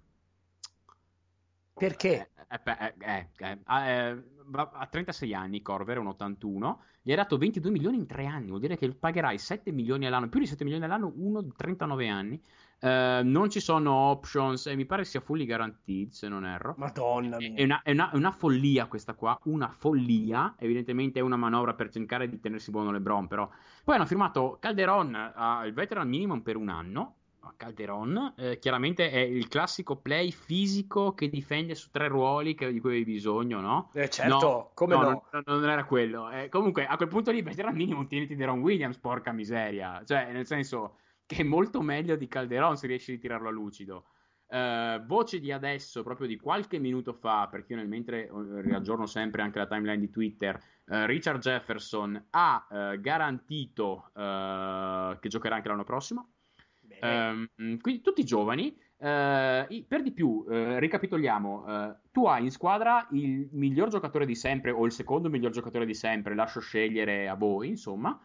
Perché? Eh, eh, eh, eh, eh, a trentasei anni Korver è un ottantuno, gli hai dato ventidue milioni in tre anni, vuol dire che pagherai sette milioni all'anno, più di sette milioni all'anno, uno di trentanove anni. Uh, non ci sono options e mi pare sia fully guaranteed, se non erro. Madonna mia. È una, è, una, è una follia questa qua, una follia. Evidentemente è una manovra per cercare di tenersi buono LeBron, però. Poi hanno firmato Calderon al uh, veteran minimum per un anno. Calderon eh, chiaramente è il classico play fisico che difende su tre ruoli che, di cui avevi bisogno, no? Eh certo, no, come no? no? Non, non era quello. Eh, comunque a quel punto lì veteran minimum tieniti Deron Williams, porca miseria. Cioè, nel senso che è molto meglio di Calderon se riesci a tirarlo a lucido. Uh, voce di adesso, proprio di qualche minuto fa, perché io nel mentre uh, riaggiorno sempre anche la timeline di Twitter, uh, Richard Jefferson ha uh, garantito uh, che giocherà anche l'anno prossimo. Um, quindi tutti giovani. Uh, per di più, uh, ricapitoliamo, uh, tu hai in squadra il miglior giocatore di sempre o il secondo miglior giocatore di sempre, lascio scegliere a voi, insomma,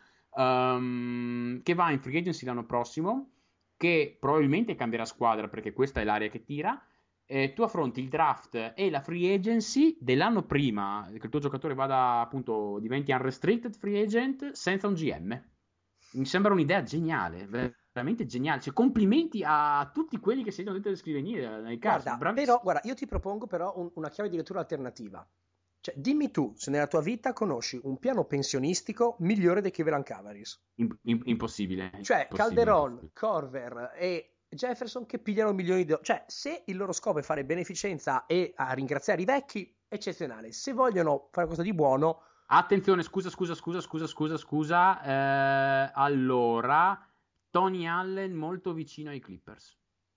um, che va in free agency l'anno prossimo, che probabilmente cambierà squadra perché questa è l'area che tira. Eh, tu affronti il draft e la free agency dell'anno prima che il tuo giocatore vada, appunto, diventi unrestricted free agent senza un G M. Mi sembra un'idea geniale, veramente geniale. Cioè, complimenti a tutti quelli che siedono dentro le scrivanie nei casi. Guarda, però, guarda, io ti propongo però un, una chiave di lettura alternativa. Cioè, dimmi tu se nella tua vita conosci un piano pensionistico migliore dei Cleveland Cavaliers. In, in, impossibile. Cioè, impossibile. Calderon, Korver e Jefferson che pigliano milioni di dollari. Cioè, se il loro scopo è fare beneficenza e a ringraziare i vecchi, eccezionale. Se vogliono fare qualcosa di buono... Attenzione, scusa, scusa, scusa, scusa, scusa, scusa. Eh, allora, Tony Allen molto vicino ai Clippers.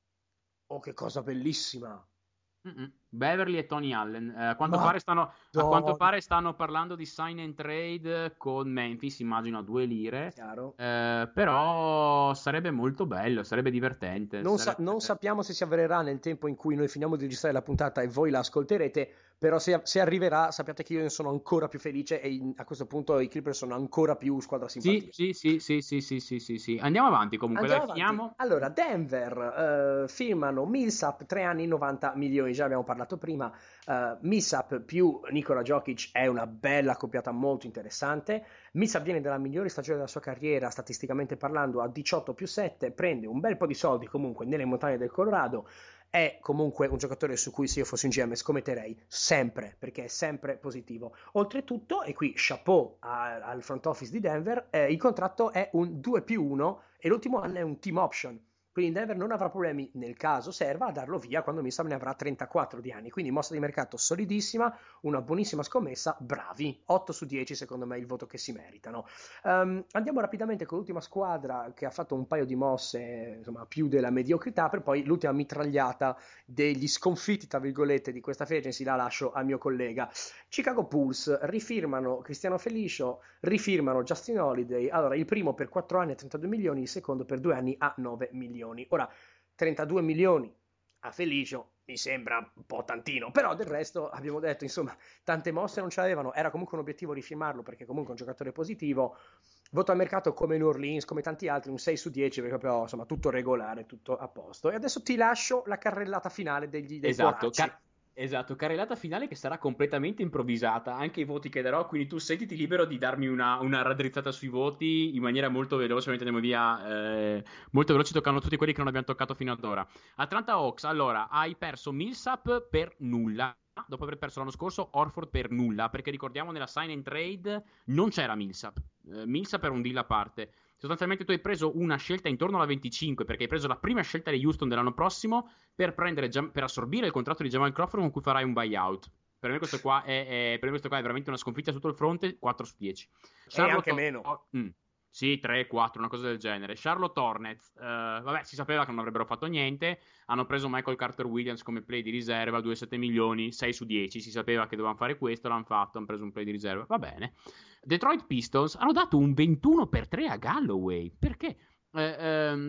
Oh, che cosa bellissima! Mm-mm. Beverly e Tony Allen. Eh, a, quanto pare stanno, a quanto pare stanno parlando di sign and trade con Memphis, immagino a due lire. Eh, però sarebbe molto bello, sarebbe divertente. Non, sarebbe... sa- non sappiamo se si avvererà nel tempo in cui noi finiamo di registrare la puntata e voi la ascolterete. Però se, se arriverà, sappiate che io ne sono ancora più felice e in, a questo punto i Clippers sono ancora più squadra simpatica. Sì, sì, sì, sì, sì, sì, sì, sì. Andiamo avanti comunque, Andiamo dai, avanti. finiamo. Allora, Denver uh, firmano Millsap, tre anni, novanta milioni, già abbiamo parlato prima. Uh, Millsap più Nikola Jokic è una bella accoppiata molto interessante. Millsap viene dalla migliore stagione della sua carriera, statisticamente parlando, a diciotto più sette, prende un bel po' di soldi comunque nelle montagne del Colorado. È comunque un giocatore su cui se io fossi un G M scommetterei sempre, perché è sempre positivo. Oltretutto, e qui chapeau a, al front office di Denver, eh, il contratto è un due più uno e l'ultimo anno è un team option. Quindi Denver non avrà problemi nel caso serva a darlo via quando Millsap ne avrà trentaquattro di anni. Quindi mossa di mercato solidissima, una buonissima scommessa, bravi, otto su dieci secondo me è il voto che si meritano. Um, andiamo rapidamente con l'ultima squadra che ha fatto un paio di mosse, insomma più della mediocrità, per poi l'ultima mitragliata degli sconfitti tra virgolette di questa free agency la lascio al mio collega. Chicago Bulls rifirmano Cristiano Felicio, rifirmano Justin Holiday. Allora il primo per quattro anni a trentadue milioni, il secondo per due anni a nove milioni. Ora, trentadue milioni a Felicio mi sembra un po' tantino, però del resto abbiamo detto, insomma, tante mosse non ce l'avevano, era comunque un obiettivo rifirmarlo perché comunque è un giocatore positivo. Voto al mercato come New Orleans, come tanti altri, un sei su dieci perché però, insomma, tutto regolare, tutto a posto. E adesso ti lascio la carrellata finale degli dei esatto, car- Esatto, carrellata finale che sarà completamente improvvisata, anche i voti che darò, quindi tu sentiti libero di darmi una, una raddrizzata sui voti in maniera molto veloce, mentre andiamo via eh, molto veloci toccando tutti quelli che non abbiamo toccato fino ad ora. Atlanta Hawks, allora, hai perso Millsap per nulla, dopo aver perso l'anno scorso Horford per nulla, perché ricordiamo nella sign and trade non c'era Millsap, eh, Millsap era un deal a parte. Sostanzialmente tu hai preso una scelta intorno alla venticinque perché hai preso la prima scelta di Houston dell'anno prossimo per, prendere, per assorbire il contratto di Jamal Crawford con cui farai un buyout. Per me questo qua è, è, per me questo qua è veramente una sconfitta sotto il fronte, quattro su dieci. E anche meno. Oh, mm. Sì, tre quattro, una cosa del genere. Charlotte Hornets, uh, vabbè, si sapeva che non avrebbero fatto niente. Hanno preso Michael Carter Williams come play di riserva, due virgola sette milioni, sei su dieci. Si sapeva che dovevano fare questo, l'hanno fatto, hanno preso un play di riserva, va bene. Detroit Pistons hanno dato un ventuno per tre a Galloway. Perché? Eh, ehm,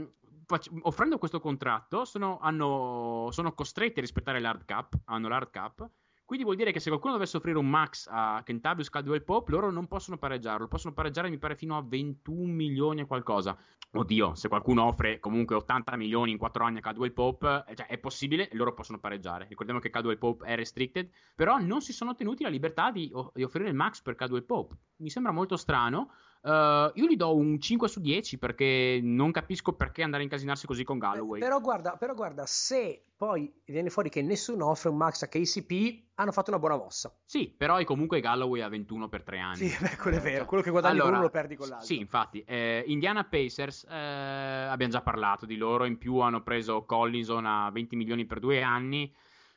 fac- offrendo questo contratto sono, hanno, sono costretti a rispettare l'hard cap, hanno l'hard cap, quindi vuol dire che se qualcuno dovesse offrire un max a Kentavious Caldwell Pope, loro non possono pareggiarlo, possono pareggiare mi pare fino a ventuno milioni e qualcosa. Oddio, se qualcuno offre comunque ottanta milioni in quattro anni a Caldwell Pope, eh, cioè è possibile, loro possono pareggiare. Ricordiamo che Caldwell Pope è restricted, però non si sono tenuti la libertà di, di offrire il max per Caldwell Pope. Mi sembra molto strano. Uh, io gli do un cinque su dieci perché non capisco perché andare a incasinarsi così con Galloway. Però guarda, però guarda, se poi viene fuori che nessuno offre un max a K C P, hanno fatto una buona mossa. Sì, però è comunque Galloway a ventuno per tre anni. Sì, beh, quello è vero. Quello che guadagni allora, con uno lo perdi con l'altro. Sì, infatti. Eh, Indiana Pacers, eh, abbiamo già parlato di loro. In più hanno preso Collinson a venti milioni per due anni.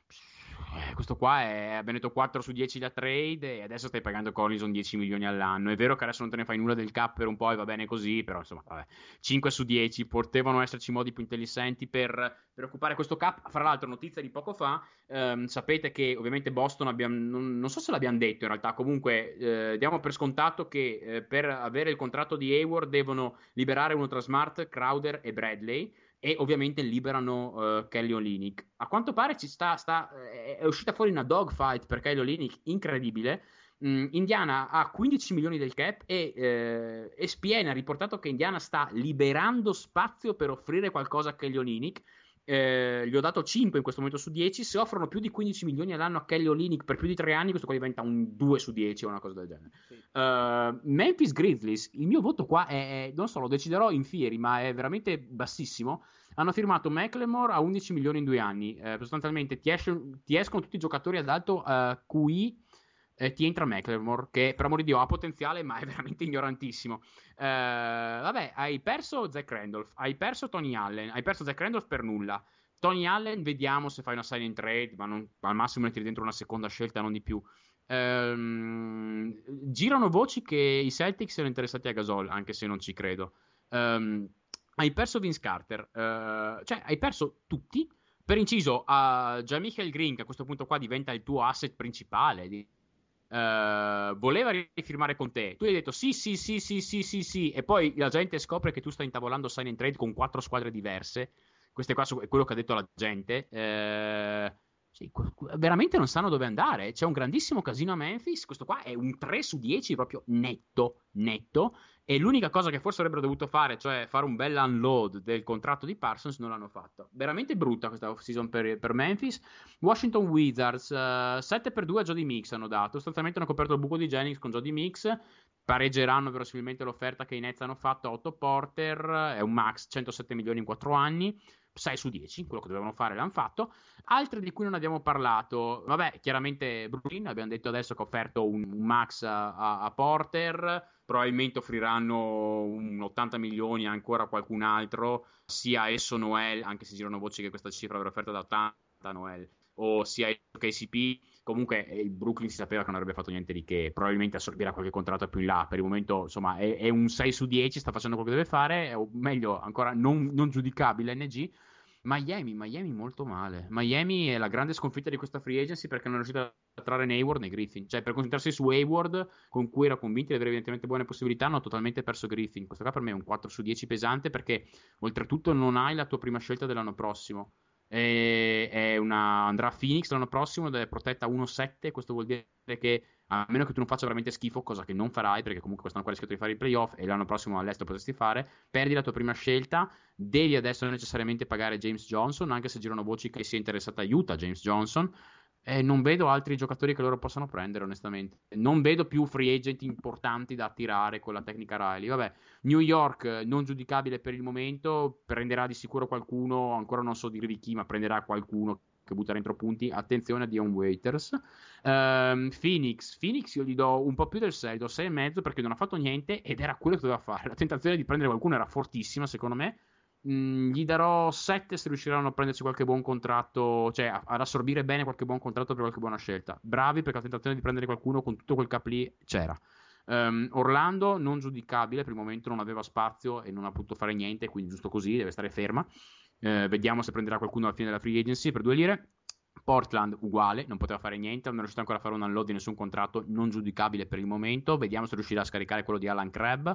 Eh, questo qua è, abbiamo detto quattro su dieci da trade e adesso stai pagando Collinson dieci milioni all'anno. È vero che adesso non te ne fai nulla del cap per un po' e va bene così, però insomma, vabbè, cinque su dieci, potevano esserci modi più intelligenti per, per occupare questo cap. Fra l'altro, notizia di poco fa, ehm, sapete che ovviamente Boston abbiamo, non, non so se l'abbiamo detto in realtà, comunque eh, diamo per scontato che eh, per avere il contratto di Hayward devono liberare uno tra Smart, Crowder e Bradley. E ovviamente liberano uh, Kelly Olynyk. A quanto pare ci sta, sta è uscita fuori una dogfight per Kelly Olynyk incredibile. Mm, Indiana ha quindici milioni del cap e eh, E S P N ha riportato che Indiana sta liberando spazio per offrire qualcosa a Kelly Olynyk. Eh, gli ho dato cinque in questo momento su dieci. Se offrono più di quindici milioni all'anno a Kelly Olynyk per più di tre anni, questo qua diventa un due su dieci o una cosa del genere. Sì. uh, Memphis Grizzlies, il mio voto qua è, è non so, lo deciderò in fieri, ma è veramente bassissimo. Hanno firmato McLemore a undici milioni in due anni. Eh, sostanzialmente ti, esce, ti escono tutti i giocatori ad alto uh, Q I. Eh, ti entra McLemore, che per amore di Dio ha potenziale, ma è veramente ignorantissimo. Eh, vabbè, hai perso Zach Randolph, hai perso Tony Allen, hai perso Zach Randolph per nulla. Tony Allen, vediamo se fai una sign and trade, ma non, al massimo ne tiri dentro una seconda scelta, non di più. Eh, girano voci che i Celtics siano interessati a Gasol, anche se non ci credo. Eh, hai perso Vince Carter, eh, cioè hai perso tutti. Per inciso, a JaMychal Green, che a questo punto qua diventa il tuo asset principale, di Uh, voleva rifirmare con te, tu hai detto sì sì sì sì sì sì sì e poi la gente scopre che tu stai intavolando sign and trade con quattro squadre diverse. Queste qua è quello che ha detto la gente. uh, sì, veramente non sanno dove andare. C'è un grandissimo casino a Memphis. Questo qua è un tre su dieci proprio netto netto e l'unica cosa che forse avrebbero dovuto fare, cioè fare un bel unload del contratto di Parsons, non l'hanno fatto. Veramente brutta questa off-season per, per Memphis. Washington Wizards, uh, sette per due a Jody Mix hanno dato. Sostanzialmente hanno coperto il buco di Jennings con Jody Mix. Pareggeranno verosimilmente l'offerta che i Nets hanno fatto a Otto Porter. È un max, centosette milioni in quattro anni. sei su dieci, quello che dovevano fare l'hanno fatto. Altre di cui non abbiamo parlato, vabbè, chiaramente Brooklyn, abbiamo detto adesso che ha offerto un, un max a, a Porter, probabilmente offriranno un ottanta milioni ancora a qualcun altro, sia esso Noel, anche se girano voci che questa cifra avrà offerta da ottanta Noel, o sia K C P. Comunque il Brooklyn si sapeva che non avrebbe fatto niente di che, probabilmente assorbirà qualche contratto più in là. Per il momento insomma è, è un sei su dieci, sta facendo quello che deve fare, o meglio ancora non, non giudicabile N G. Miami, Miami molto male. Miami è la grande sconfitta di questa free agency perché non è riuscita a trarre né Hayward né Griffin. Cioè per concentrarsi su Hayward, con cui era convinti di avere evidentemente buone possibilità, hanno totalmente perso Griffin. Questo qua per me è un quattro su dieci pesante perché oltretutto non hai la tua prima scelta dell'anno prossimo. E, è una, andrà a Phoenix l'anno prossimo ed è protetta uno sette. Questo vuol dire che a meno che tu non faccia veramente schifo, cosa che non farai perché comunque quest'anno qua hai rischiato di fare i playoff e l'anno prossimo all'estero potresti fare, perdi la tua prima scelta. Devi adesso necessariamente pagare James Johnson, anche se girano voci che sia interessata a Utah James Johnson, e non vedo altri giocatori che loro possano prendere onestamente. Non vedo più free agent importanti da attirare con la tecnica Riley. Vabbè, New York non giudicabile per il momento, prenderà di sicuro qualcuno, ancora non so dirvi chi, ma prenderà qualcuno che butta dentro punti. Attenzione a Dion Waiters. um, Phoenix Phoenix io gli do un po' più del sei, do sei e mezzo perché non ha fatto niente ed era quello che doveva fare. La tentazione di prendere qualcuno era fortissima secondo me. Mm, gli darò sette se riusciranno a prendersi qualche buon contratto, cioè a, ad assorbire bene qualche buon contratto per qualche buona scelta. Bravi, perché la tentazione di prendere qualcuno con tutto quel cap lì c'era. um, Orlando non giudicabile, per il momento non aveva spazio e non ha potuto fare niente, quindi giusto così, deve stare ferma. Uh, vediamo se prenderà qualcuno alla fine della free agency per due lire. Portland uguale, non poteva fare niente, non è riuscito ancora a fare un unload di nessun contratto, non giudicabile per il momento. Vediamo se riuscirà a scaricare quello di Alan Crabb.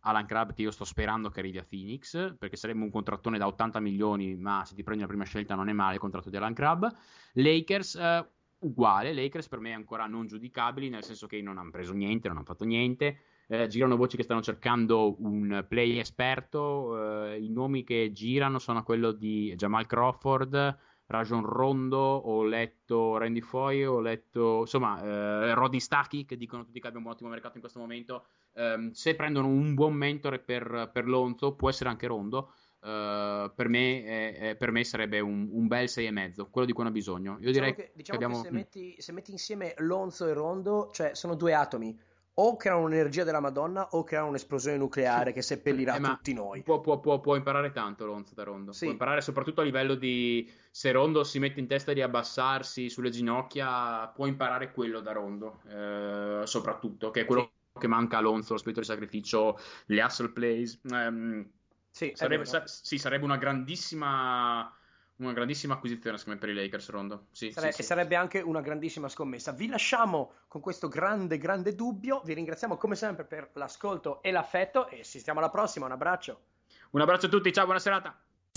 Alan Crabb, che io sto sperando che arrivi a Phoenix, perché sarebbe un contrattone da ottanta milioni, ma se ti prendi la prima scelta non è male il contratto di Alan Crabb. Lakers, eh, uguale, Lakers per me ancora non giudicabili, nel senso che non hanno preso niente, non hanno fatto niente. Eh, girano voci che stanno cercando un play esperto, eh, i nomi che girano sono quello di Jamal Crawford, Rajon Rondo, ho letto Randy Foye, ho letto insomma eh, Rodney Stuckey, che dicono tutti che abbia un ottimo mercato in questo momento. Eh, se prendono un buon mentore per, per Lonzo, può essere anche Rondo, eh, per, me, eh, per me sarebbe un, un bel sei e mezzo, quello di cui hanno bisogno. Io diciamo direi che, diciamo che abbiamo... che se, metti, se metti insieme Lonzo e Rondo, cioè sono due atomi, o creano un'energia della Madonna o creano un'esplosione nucleare sì. che seppellirà eh, tutti noi. Può, può, può, può imparare tanto Lonzo da Rondo, sì. Può imparare soprattutto a livello di, se Rondo si mette in testa di abbassarsi sulle ginocchia, può imparare quello da Rondo, eh, soprattutto, che è quello sì. che manca a Lonzo, lo spirito di sacrificio, le hustle plays. Um, sì, sarebbe, sa- sì, sarebbe una grandissima... Una grandissima acquisizione secondo me per i Lakers, Rondo. Sì, Sare- sì, e sì. sarebbe anche una grandissima scommessa. Vi lasciamo con questo grande, grande dubbio. Vi ringraziamo come sempre per l'ascolto e l'affetto e ci stiamo alla prossima. Un abbraccio. Un abbraccio a tutti, ciao, buona serata.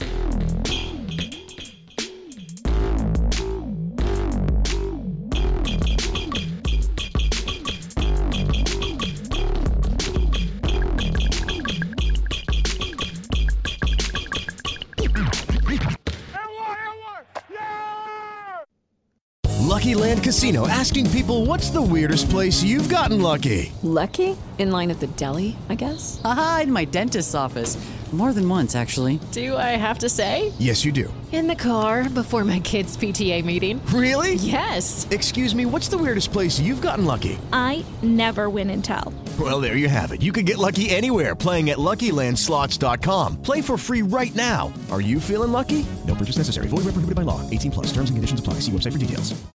Lucky Land Casino, asking people, what's the weirdest place you've gotten lucky? Lucky? In line at the deli, I guess? Aha, in my dentist's office. More than once, actually. Do I have to say? Yes, you do. In the car before my kids' P T A meeting. Really? Yes. Excuse me, what's the weirdest place you've gotten lucky? I never win and tell. Well, there you have it. You can get lucky anywhere, playing at Lucky Land Slots dot com. Play for free right now. Are you feeling lucky? No purchase necessary. Void where prohibited by law. eighteen plus. Terms and conditions apply. See website for details.